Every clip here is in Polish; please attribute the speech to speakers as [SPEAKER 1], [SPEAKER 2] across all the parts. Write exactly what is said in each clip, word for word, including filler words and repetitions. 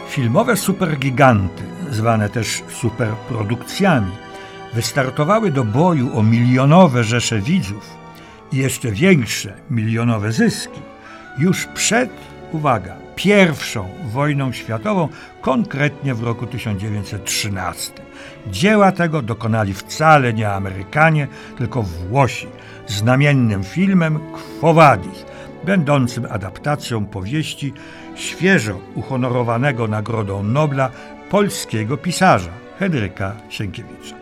[SPEAKER 1] Filmowe supergiganty, zwane też superprodukcjami, wystartowały do boju o milionowe rzesze widzów i jeszcze większe milionowe zyski już przed, uwaga, pierwszą wojną światową, konkretnie w roku tysiąc dziewięćset trzynastym. Dzieła tego dokonali wcale nie Amerykanie, tylko Włosi, znamiennym filmem Quo Vadis, będącym adaptacją powieści świeżo uhonorowanego Nagrodą Nobla polskiego pisarza Henryka Sienkiewicza.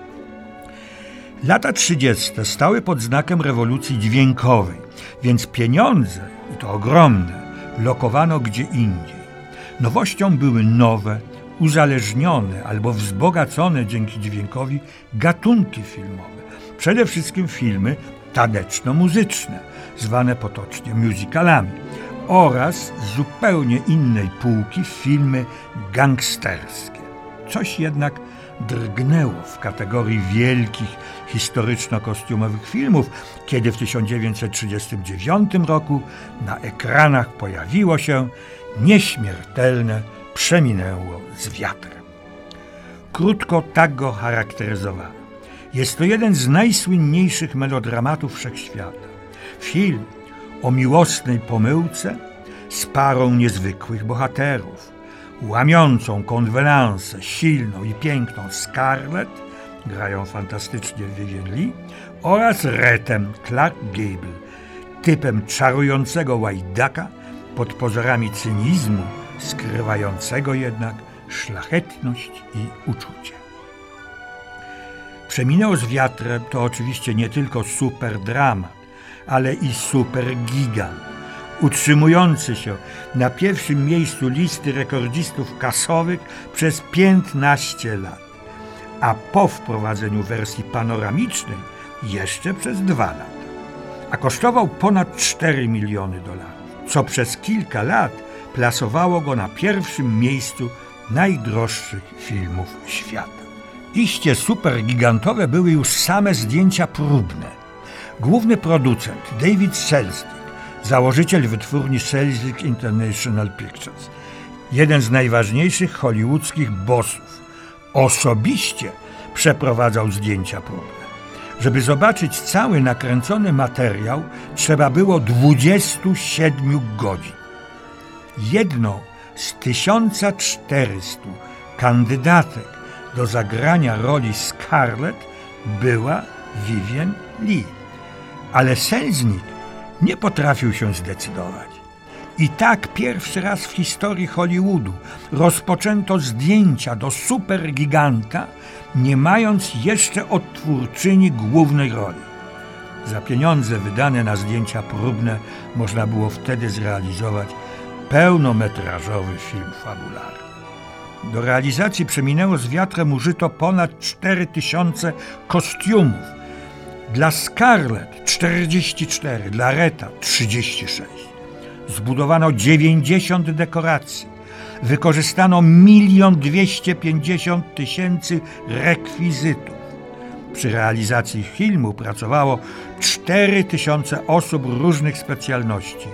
[SPEAKER 1] Lata trzydzieste stały pod znakiem rewolucji dźwiękowej, więc pieniądze, i to ogromne, lokowano gdzie indziej. Nowością były nowe, uzależnione albo wzbogacone dzięki dźwiękowi gatunki filmowe. Przede wszystkim filmy taneczno-muzyczne, zwane potocznie musicalami, oraz z zupełnie innej półki filmy gangsterskie. Coś jednak drgnęło w kategorii wielkich historyczno-kostiumowych filmów, kiedy w tysiąc dziewięćset trzydziestym dziewiątym roku na ekranach pojawiło się Nieśmiertelne przeminęło z wiatrem. Krótko tak go charakteryzowano. Jest to jeden z najsłynniejszych melodramatów wszechświata. Film o miłosnej pomyłce z parą niezwykłych bohaterów, łamiącą konwenansę silną i piękną Scarlett, grają fantastycznie Vivien Leigh, oraz Rettem Clark Gable, typem czarującego łajdaka pod pozorami cynizmu, skrywającego jednak szlachetność i uczucie. Przeminęło z wiatrem to oczywiście nie tylko superdramat, ale i supergigant, utrzymujący się na pierwszym miejscu listy rekordzistów kasowych przez piętnaście lat, a po wprowadzeniu wersji panoramicznej jeszcze przez dwa lata. A kosztował ponad cztery miliony dolarów, co przez kilka lat plasowało go na pierwszym miejscu najdroższych filmów świata. Iście supergigantowe były już same zdjęcia próbne. Główny producent David Selznick, założyciel wytwórni Selznick International Pictures, jeden z najważniejszych hollywoodzkich bossów, osobiście przeprowadzał zdjęcia próbne. Żeby zobaczyć cały nakręcony materiał, trzeba było dwudziestu siedmiu godzin. Jedną z tysiąca czterystu kandydatek do zagrania roli Scarlett była Vivien Leigh. Ale Selznick nie potrafił się zdecydować. I tak pierwszy raz w historii Hollywoodu rozpoczęto zdjęcia do supergiganta, nie mając jeszcze odtwórczyni głównej roli. Za pieniądze wydane na zdjęcia próbne można było wtedy zrealizować pełnometrażowy film fabularny. Do realizacji Przeminęło z wiatrem użyto ponad cztery tysiące kostiumów. Dla Scarlett czterdzieści cztery, dla Retta trzydzieści sześć. Zbudowano dziewięćdziesiąt dekoracji. Wykorzystano milion dwieście pięćdziesiąt tysięcy rekwizytów. Przy realizacji filmu pracowało cztery tysiące osób różnych specjalności.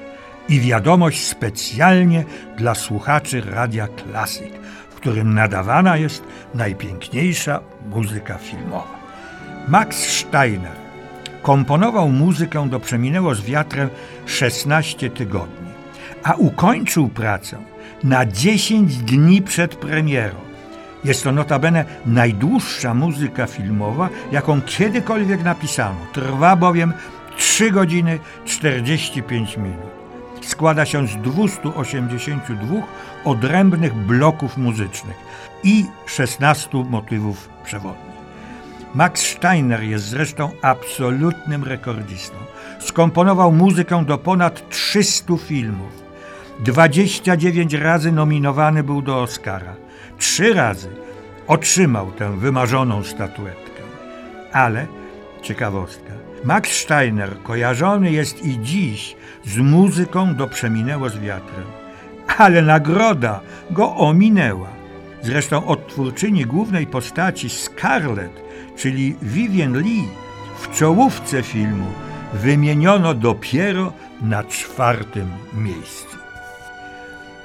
[SPEAKER 1] I wiadomość specjalnie dla słuchaczy Radia Classic, w którym nadawana jest najpiękniejsza muzyka filmowa. Max Steiner komponował muzykę do Przeminęło z wiatrem szesnaście tygodni, a ukończył pracę na dziesięć dni przed premierą. Jest to notabene najdłuższa muzyka filmowa, jaką kiedykolwiek napisano. Trwa bowiem trzy godziny czterdzieści pięć minut. Składa się z dwustu osiemdziesięciu dwóch odrębnych bloków muzycznych i szesnastu motywów przewodnich. Max Steiner jest zresztą absolutnym rekordzistą. Skomponował muzykę do ponad trzystu filmów. dwadzieścia dziewięć razy nominowany był do Oscara. Trzy razy otrzymał tę wymarzoną statuetkę. Ale, ciekawostka, Max Steiner kojarzony jest i dziś z muzyką do Przeminęło z wiatrem. Ale nagroda go ominęła. Zresztą odtwórczyni głównej postaci Scarlett, czyli Vivien Leigh, w czołówce filmu wymieniono dopiero na czwartym miejscu.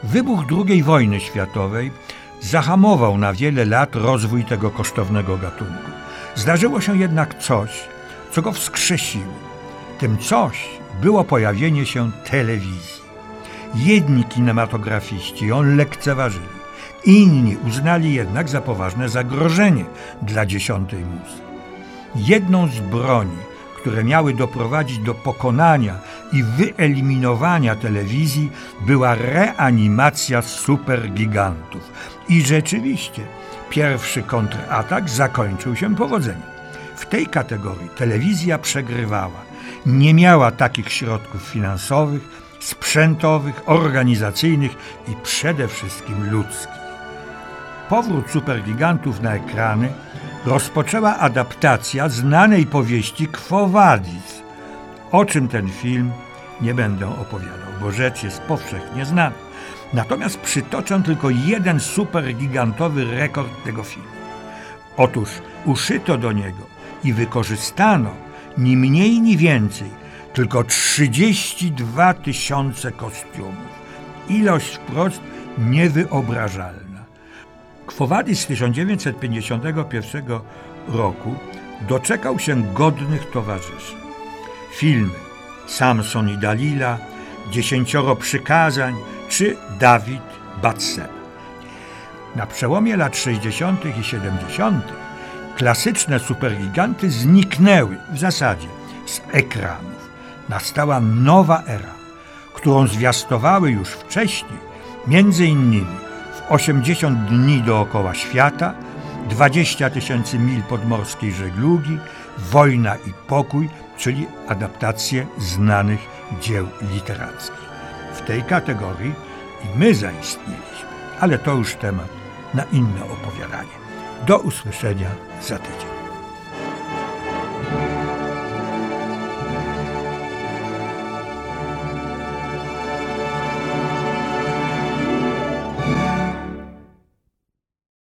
[SPEAKER 1] Wybuch drugiej wojny światowej zahamował na wiele lat rozwój tego kosztownego gatunku. Zdarzyło się jednak coś, co go wskrzesiło. Tym coś było pojawienie się telewizji. Jedni kinematografiści ją lekceważyli, inni uznali jednak za poważne zagrożenie dla dziesiątej muzy. Jedną z broni, które miały doprowadzić do pokonania i wyeliminowania telewizji, była reanimacja supergigantów. I rzeczywiście pierwszy kontratak zakończył się powodzeniem. W tej kategorii telewizja przegrywała. Nie miała takich środków finansowych, sprzętowych, organizacyjnych i przede wszystkim ludzkich. Powrót supergigantów na ekrany rozpoczęła adaptacja znanej powieści Quo Vadis. O czym ten film nie będę opowiadał, bo rzecz jest powszechnie znana. Natomiast przytoczę tylko jeden supergigantowy rekord tego filmu. Otóż uszyto do niego i wykorzystano ni mniej, ni więcej, tylko trzydzieści dwa tysiące kostiumów. Ilość wprost niewyobrażalna. Quo Vadis z tysiąc dziewięćset pięćdziesiątego pierwszego roku doczekał się godnych towarzyszy. Filmy Samson i Dalila, Dziesięcioro przykazań czy Dawid Batseba. Na przełomie lat sześćdziesiątych i siedemdziesiątych klasyczne supergiganty zniknęły w zasadzie z ekranów. Nastała nowa era, którą zwiastowały już wcześniej między innymi w osiemdziesiąt dni dookoła świata, dwadzieścia tysięcy mil podmorskiej żeglugi, Wojna i pokój, czyli adaptacje znanych dzieł literackich. W tej kategorii i my zaistnieliśmy, ale to już temat na inne opowiadanie. Do usłyszenia za tydzień.